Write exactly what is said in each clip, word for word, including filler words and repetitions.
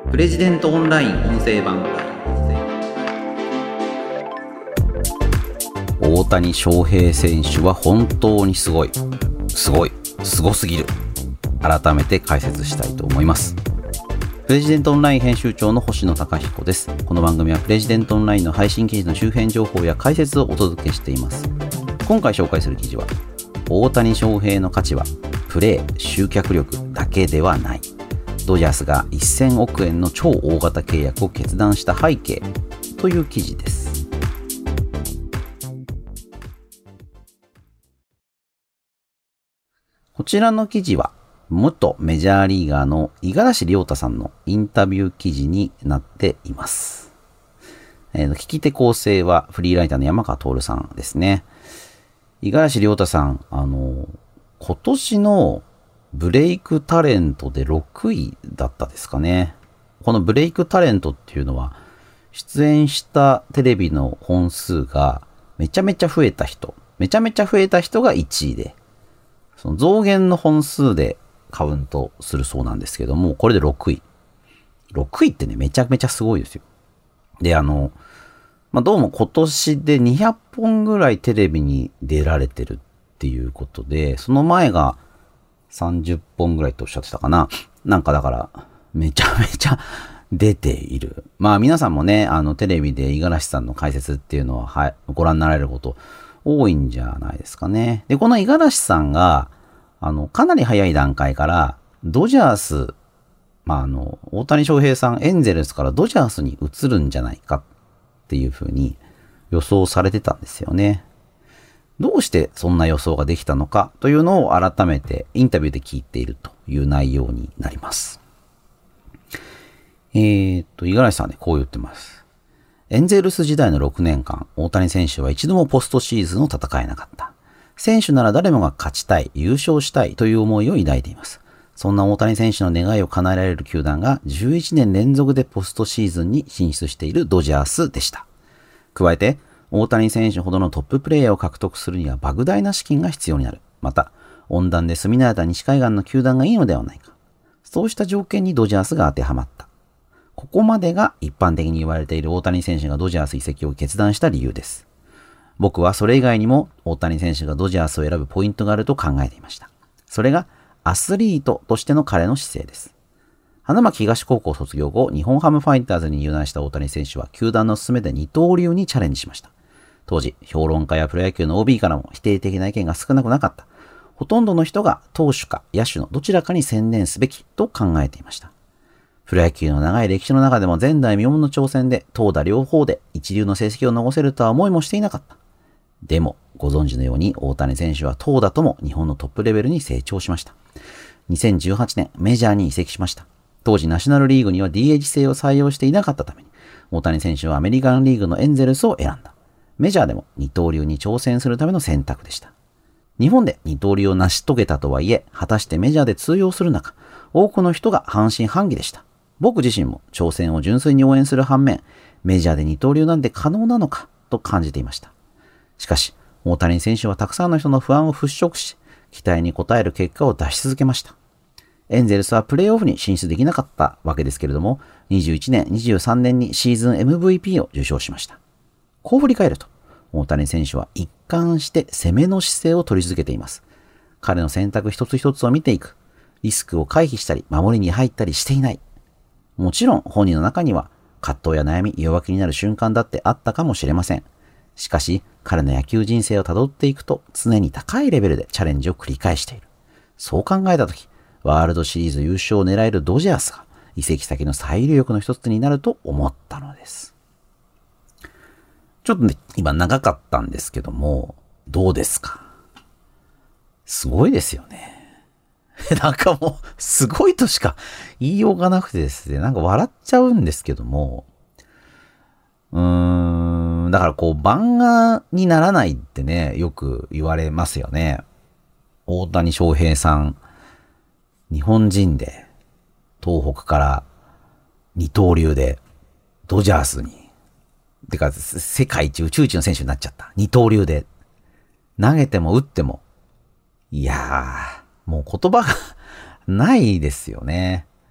プレジデントオンライン音声版。大谷翔平選手は本当にすごい、すごい、すごすぎる。改めて解説したいと思います。プレジデントオンライン編集長の星野貴彦です。この番組はプレジデントオンラインの配信記事の周辺情報や解説をお届けしています。今回紹介する記事は、大谷翔平の価値はプレー、集客力だけではない。ドジャースがせんおくえんの超大型契約を決断した背景という記事です。こちらの記事は元メジャーリーガーの五十嵐亮太さんのインタビュー記事になっています。えー、聞き手構成はフリーライターの山川徹さんですね。五十嵐亮太さん、あの今年のブレイクタレントでろくいだったですかね。このブレイクタレントっていうのは、出演したテレビの本数がめちゃめちゃ増えた人、めちゃめちゃ増えた人がいちいで、その増減の本数でカウントするそうなんですけども、これでろくい。ろくいってね、めちゃめちゃすごいですよ。で、あの、まあ、どうも今年でにひゃっぽんぐらいテレビに出られてるっていうことで、その前がさんじゅっぽんぐらいとおっしゃってたかな。なんかだから、めちゃめちゃ出ている。まあ皆さんもね、あのテレビで五十嵐さんの解説っていうのは、はい、ご覧になられること多いんじゃないですかね。で、この五十嵐さんが、あの、かなり早い段階から、ドジャース、まああの、大谷翔平さん、エンゼルスからドジャースに移るんじゃないかっていうふうに予想されてたんですよね。どうしてそんな予想ができたのかというのを改めてインタビューで聞いているという内容になります。えーっと、五十嵐さんね、こう言ってます。エンゼルス時代のろくねんかん、大谷選手は一度もポストシーズンを戦えなかった。選手なら誰もが勝ちたい、優勝したいという思いを抱いています。そんな大谷選手の願いを叶えられる球団がじゅういちねん連続でポストシーズンに進出しているドジャースでした。加えて、大谷選手ほどのトッププレイヤーを獲得するには莫大な資金が必要になる。また、温暖で住み慣れた西海岸の球団がいいのではないか。そうした条件にドジャースが当てはまった。ここまでが一般的に言われている大谷選手がドジャース移籍を決断した理由です。僕はそれ以外にも大谷選手がドジャースを選ぶポイントがあると考えていました。それがアスリートとしての彼の姿勢です。花巻東高校卒業後、日本ハムファイターズに入団した大谷選手は球団の勧めで二刀流にチャレンジしました。当時、評論家やプロ野球の オービー からも否定的な意見が少なくなかった。ほとんどの人が投手か野手のどちらかに専念すべきと考えていました。プロ野球の長い歴史の中でも前代未聞の挑戦で投打両方で一流の成績を残せるとは思いもしていなかった。でも、ご存知のように大谷選手は投打とも日本のトップレベルに成長しました。にせんじゅうはちねん、メジャーに移籍しました。当時、ナショナルリーグには ディーエイチ 制を採用していなかったために、大谷選手はアメリカンリーグのエンゼルスを選んだ。メジャーでも二刀流に挑戦するための選択でした。日本で二刀流を成し遂げたとはいえ、果たしてメジャーで通用する中、多くの人が半信半疑でした。僕自身も挑戦を純粋に応援する反面、メジャーで二刀流なんて可能なのかと感じていました。しかし、大谷選手はたくさんの人の不安を払拭し、期待に応える結果を出し続けました。エンゼルスはプレーオフに進出できなかったわけですけれども、にじゅういちねん、にじゅうさんねんにシーズン エムブイピー を受賞しました。こう振り返ると、大谷選手は一貫して攻めの姿勢を取り続けています。彼の選択一つ一つを見ていく。リスクを回避したり、守りに入ったりしていない。もちろん本人の中には葛藤や悩み、弱気になる瞬間だってあったかもしれません。しかし、彼の野球人生をたどっていくと、常に高いレベルでチャレンジを繰り返している。そう考えたとき、ワールドシリーズ優勝を狙えるドジャースが移籍先の最有力の一つになると思ったのです。ちょっとね、今長かったんですけども、どうですか？すごいですよね。なんかもう、すごいとしか言いようがなくてですね、なんか笑っちゃうんですけども、うーん、だからこう、漫画にならないってね、よく言われますよね。大谷翔平さん、日本人で、東北から二刀流で、ドジャースに、てか、世界一宇宙一の選手になっちゃった。二刀流で、投げても打っても、いやー、もう言葉がないですよね。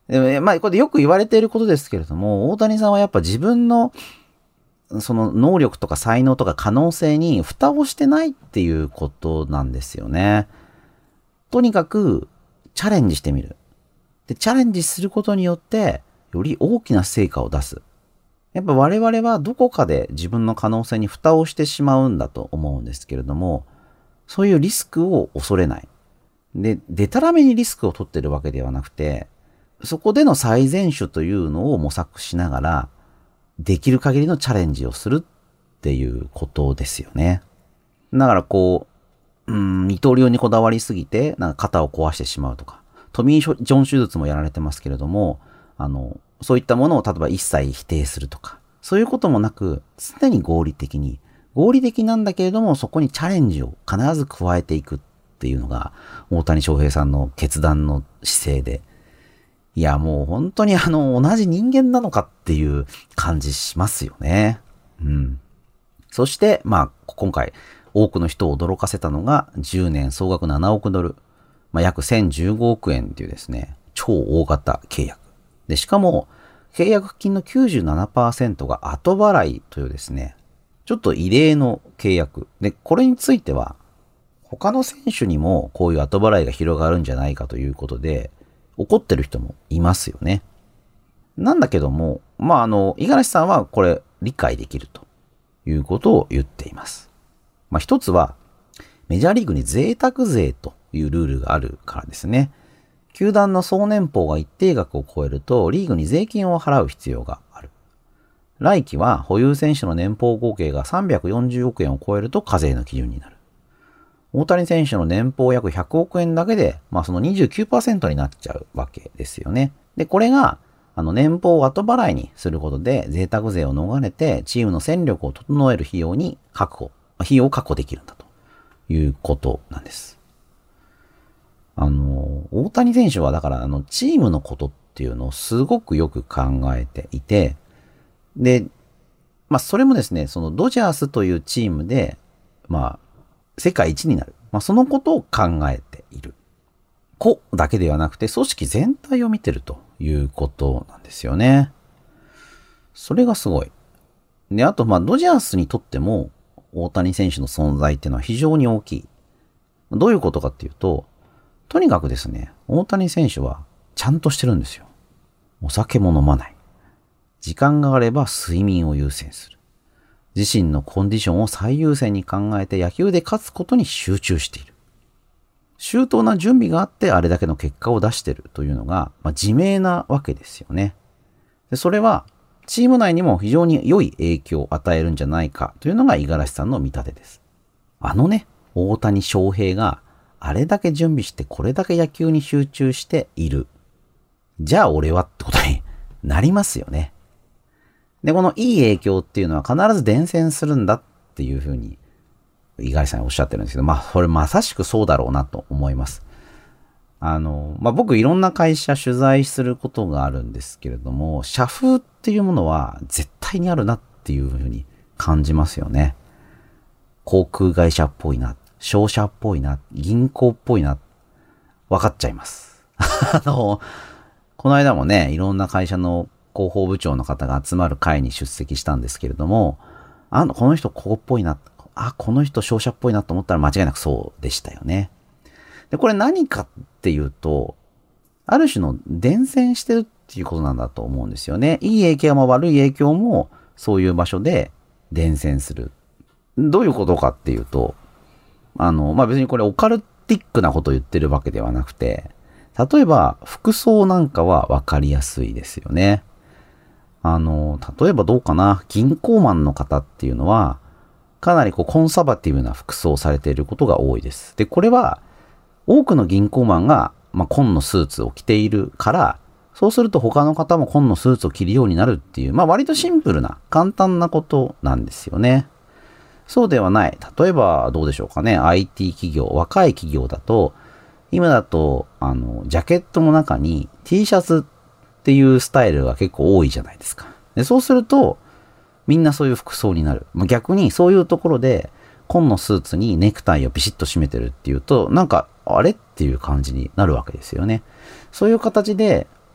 でまあ、これよく言われていることですけれども、大谷さんはやっぱ自分のその能力とか才能とか可能性に蓋をしてないっていうことなんですよね。とにかくチャレンジしてみる。で、チャレンジすることによってより大きな成果を出す。やっぱ我々はどこかで自分の可能性に蓋をしてしまうんだと思うんですけれども、そういうリスクを恐れない。で、でたらめにリスクを取ってるわけではなくて、そこでの最善手というのを模索しながら、できる限りのチャレンジをするっていうことですよね。だからこう、うん、二刀流にこだわりすぎて、なんか肩を壊してしまうとか、トミー・ジョン手術もやられてますけれども、あの、そういったものを例えば一切否定するとか、そういうこともなく、常に合理的に、合理的なんだけれども、そこにチャレンジを必ず加えていくっていうのが、大谷翔平さんの決断の姿勢で、いや、もう本当にあの、同じ人間なのかっていう感じしますよね。うん。そして、まあ、今回、多くの人を驚かせたのが、じゅうねん総額ななおくドル、まあ、約せんじゅうごおくえんっていうですね、超大型契約。で、しかも、契約金の きゅうじゅうななパーセント が後払いというですね、ちょっと異例の契約。で、これについては、他の選手にもこういう後払いが広がるんじゃないかということで、怒ってる人もいますよね。なんだけども、まあ、あの、五十嵐さんはこれ理解できるということを言っています。まあ、一つは、メジャーリーグに贅沢税というルールがあるからですね。球団の総年俸が一定額を超えると、リーグに税金を払う必要がある。来季は保有選手の年俸合計がさんびゃくよんじゅうおくえんを超えると課税の基準になる。大谷選手の年俸約ひゃくおくえんだけで、まあその にじゅうきゅうパーセント になっちゃうわけですよね。で、これが、あの年俸を後払いにすることで贅沢税を逃れてチームの戦力を整える費用に確保、費用を確保できるんだということなんです。あの、大谷選手はだからあのチームのことっていうのをすごくよく考えていて、で、まあそれもですね、そのドジャースというチームで、まあ世界一になる。まあ、そのことを考えている。個だけではなくて組織全体を見てるということなんですよね。それがすごい。で、あと、まあ、ドジャースにとっても大谷選手の存在っていうのは非常に大きい。どういうことかっていうと、とにかくですね、大谷選手はちゃんとしてるんですよ。お酒も飲まない。時間があれば睡眠を優先する。自身のコンディションを最優先に考えて野球で勝つことに集中している。周到な準備があってあれだけの結果を出しているというのが、まあ、自明なわけですよね。でそれはチーム内にも非常に良い影響を与えるんじゃないかというのが五十嵐さんの見立てです。あのね、大谷翔平があれだけ準備してこれだけ野球に集中している。じゃあ俺はってことになりますよね。で、このいい影響っていうのは必ず伝染するんだっていうふうに、五十嵐さんおっしゃってるんですけど、まあ、これまさしくそうだろうなと思います。あの、まあ、僕いろんな会社取材することがあるんですけれども、社風っていうものは絶対にあるなっていうふうに感じますよね。航空会社っぽいな、商社っぽいな、銀行っぽいな、分かっちゃいます。あの、この間もね、いろんな会社の広報部長の方が集まる会に出席したんですけれども、あの、この人ここっぽいな、あ、この人商社っぽいなと思ったら間違いなくそうでしたよね。で、これ何かっていうと、ある種の伝染してるっていうことなんだと思うんですよね。いい影響も悪い影響もそういう場所で伝染する。どういうことかっていうと、あの、まあ、別にこれオカルティックなことを言ってるわけではなくて、例えば服装なんかはわかりやすいですよね。あの、例えばどうかな、銀行マンの方っていうのは、かなりこうコンサバティブな服装をされていることが多いです。で、これは、多くの銀行マンが、まあ、紺のスーツを着ているから、そうすると他の方も紺のスーツを着るようになるっていう、まあ、割とシンプルな、簡単なことなんですよね。そうではない。例えば、どうでしょうかね。アイティー 企業、若い企業だと、今だと、あの、ジャケットの中に T シャツっていうスタイルが結構多いじゃないですか。で、そうすると、みんなそういう服装になる。まあ、逆にそういうところで、紺のスーツにネクタイをビシッと締めてるっていうと、なんか、あれっていう感じになるわけですよね。そういう形で、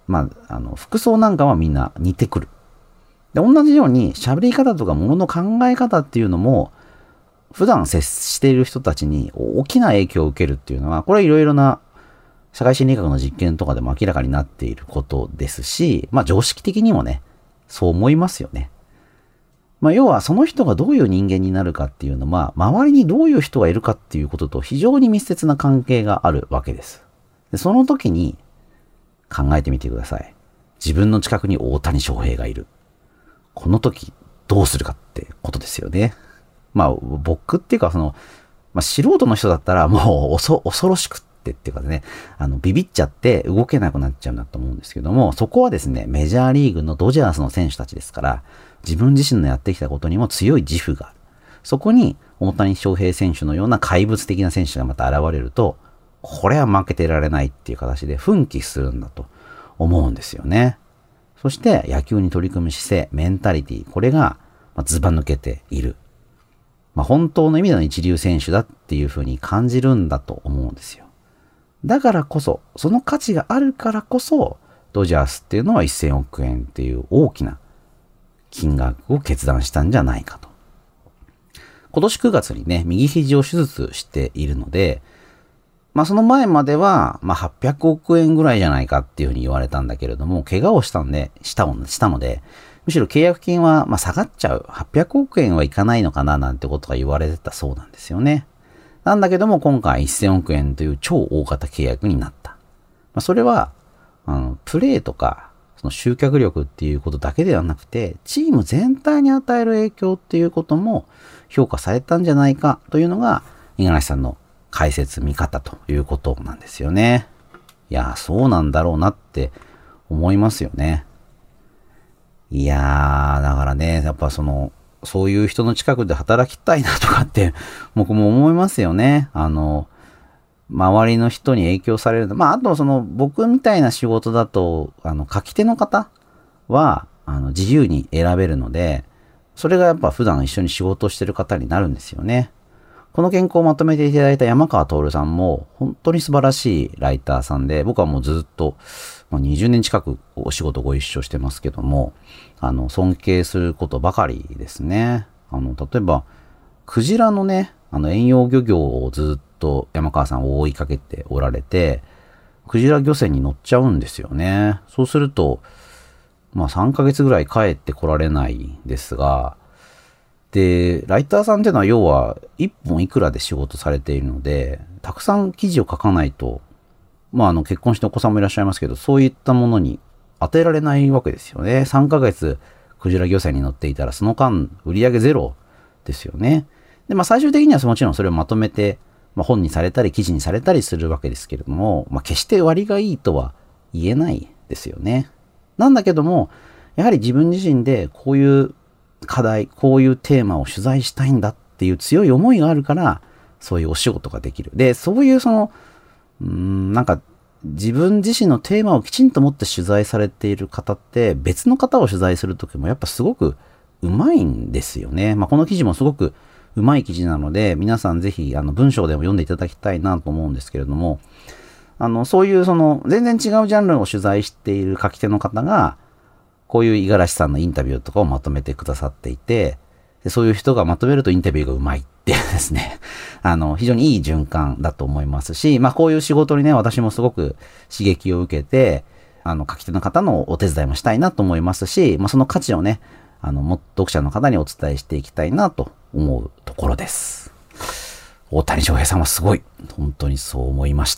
まあ、あの、服装なんかはみんな似てくる。で、同じように喋り方とかものの考え方っていうのも、普段接している人たちに大きな影響を受けるっていうのは、これはいろいろな社会心理学の実験とかでも明らかになっていることですし、まあ常識的にもね、そう思いますよね。まあ要はその人がどういう人間になるかっていうのは、周りにどういう人がいるかっていうことと非常に密接な関係があるわけです。でその時に考えてみてください。自分の近くに大谷翔平がいる。この時どうするかってことですよね。まあ僕っていうかその、まあ、素人の人だったらもう恐恐ろしくってっていうかね、あのビビっちゃって動けなくなっちゃうんだと思うんですけども、そこはですね、メジャーリーグのドジャースの選手たちですから、自分自身のやってきたことにも強い自負がある。そこに大谷翔平選手のような怪物的な選手がまた現れると、これは負けてられないっていう形で奮起するんだと思うんですよね。そして野球に取り組む姿勢、メンタリティ、これがずば抜けている。まあ、本当の意味での一流選手だっていうふうに感じるんだと思うんですよ。だからこそ、その価値があるからこそ、ドジャースっていうのはせんおくえんっていう大きな金額を決断したんじゃないかと。今年くがつにね、右肘を手術しているので、まあその前までは、まあはっぴゃくおくえんぐらいじゃないかっていうふうに言われたんだけれども、怪我をしたんで、したしたので、むしろ契約金はまあ下がっちゃう。はっぴゃくおくえんはいかないのかななんてことが言われてたそうなんですよね。なんだけども今回せんおくえんという超大型契約になった。まあ、それは、あの、プレーとか、その集客力っていうことだけではなくて、チーム全体に与える影響っていうことも評価されたんじゃないかというのが、五十嵐さんの解説見方ということなんですよね。いや、そうなんだろうなって思いますよね。いやー、だからね、やっぱその、そういう人の近くで働きたいなとかって僕も思いますよね。あの、周りの人に影響される。まあ、あとその僕みたいな仕事だと、あの、書き手の方は、あの、自由に選べるので、それがやっぱ普段一緒に仕事をしてる方になるんですよね。この原稿をまとめていただいた山川徹さんも本当に素晴らしいライターさんで、僕はもうずっとにじゅうねん近くお仕事ご一緒してますけども、あの、尊敬することばかりですね。あの、例えば、クジラのね、あの、遠洋漁業をずっと山川さんを追いかけておられて、クジラ漁船に乗っちゃうんですよね。そうすると、まあさんかげつぐらい帰ってこられないんですが、で、ライターさんっていうのは要はいっぽんいくらで仕事されているので、たくさん記事を書かないと、まああの結婚してお子さんもいらっしゃいますけど、そういったものに当てられないわけですよね。さんかげつクジラ漁船に乗っていたらその間売り上げゼロですよね。で、まあ最終的にはもちろんそれをまとめて、まあ、本にされたり記事にされたりするわけですけれども、まあ決して割がいいとは言えないですよね。なんだけども、やはり自分自身でこういう課題、こういうテーマを取材したいんだっていう強い思いがあるから、そういうお仕事ができる。で、そういうその、うーん、なんか自分自身のテーマをきちんと持って取材されている方って、別の方を取材するときもやっぱすごくうまいんですよね。まあ、この記事もすごくうまい記事なので、皆さんぜひあの文章でも読んでいただきたいなと思うんですけれども、あの、そういうその全然違うジャンルを取材している書き手の方が、こういう五十嵐さんのインタビューとかをまとめてくださっていて、でそういう人がまとめるとインタビューがうまいっていうですね、あの、非常にいい循環だと思いますし、まあこういう仕事にね、私もすごく刺激を受けて、あの、書き手の方のお手伝いもしたいなと思いますし、まあその価値をね、あの、も読者の方にお伝えしていきたいなと思うところです。大谷翔平さんはすごい。本当にそう思いました。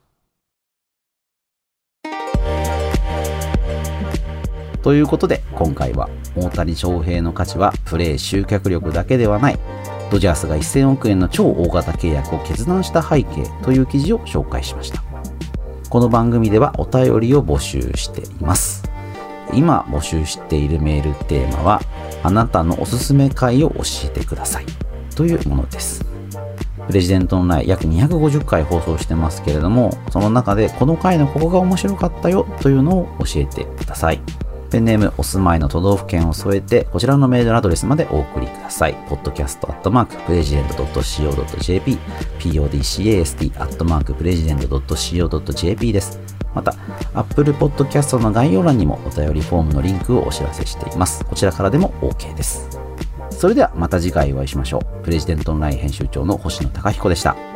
ということで今回は大谷翔平の価値はプレー集客力だけではない、ドジャースがせんおくえんの超大型契約を決断した背景という記事を紹介しました。この番組ではお便りを募集しています。今募集しているメールテーマはあなたのおすすめ回を教えてくださいというものです。プレジデントオンライン約にひゃくごじゅっかい放送してますけれども、その中でこの回のここが面白かったよというのを教えてください。 ペンネーム、お住まいの都道府県を添えて、こちらのメールアドレスまでお送りください。ポッドキャストアットマークプレジデントドットシーオードットジェーピー、ピーオーディーシーエーエスティーアットマークプレジデントドットシーオードットジェーピー です。また、Apple Podcast の概要欄にもお便りフォームのリンクをお知らせしています。こちらからでも OK です。それではまた次回お会いしましょう。プレジデントオンライン編集長の星野貴彦でした。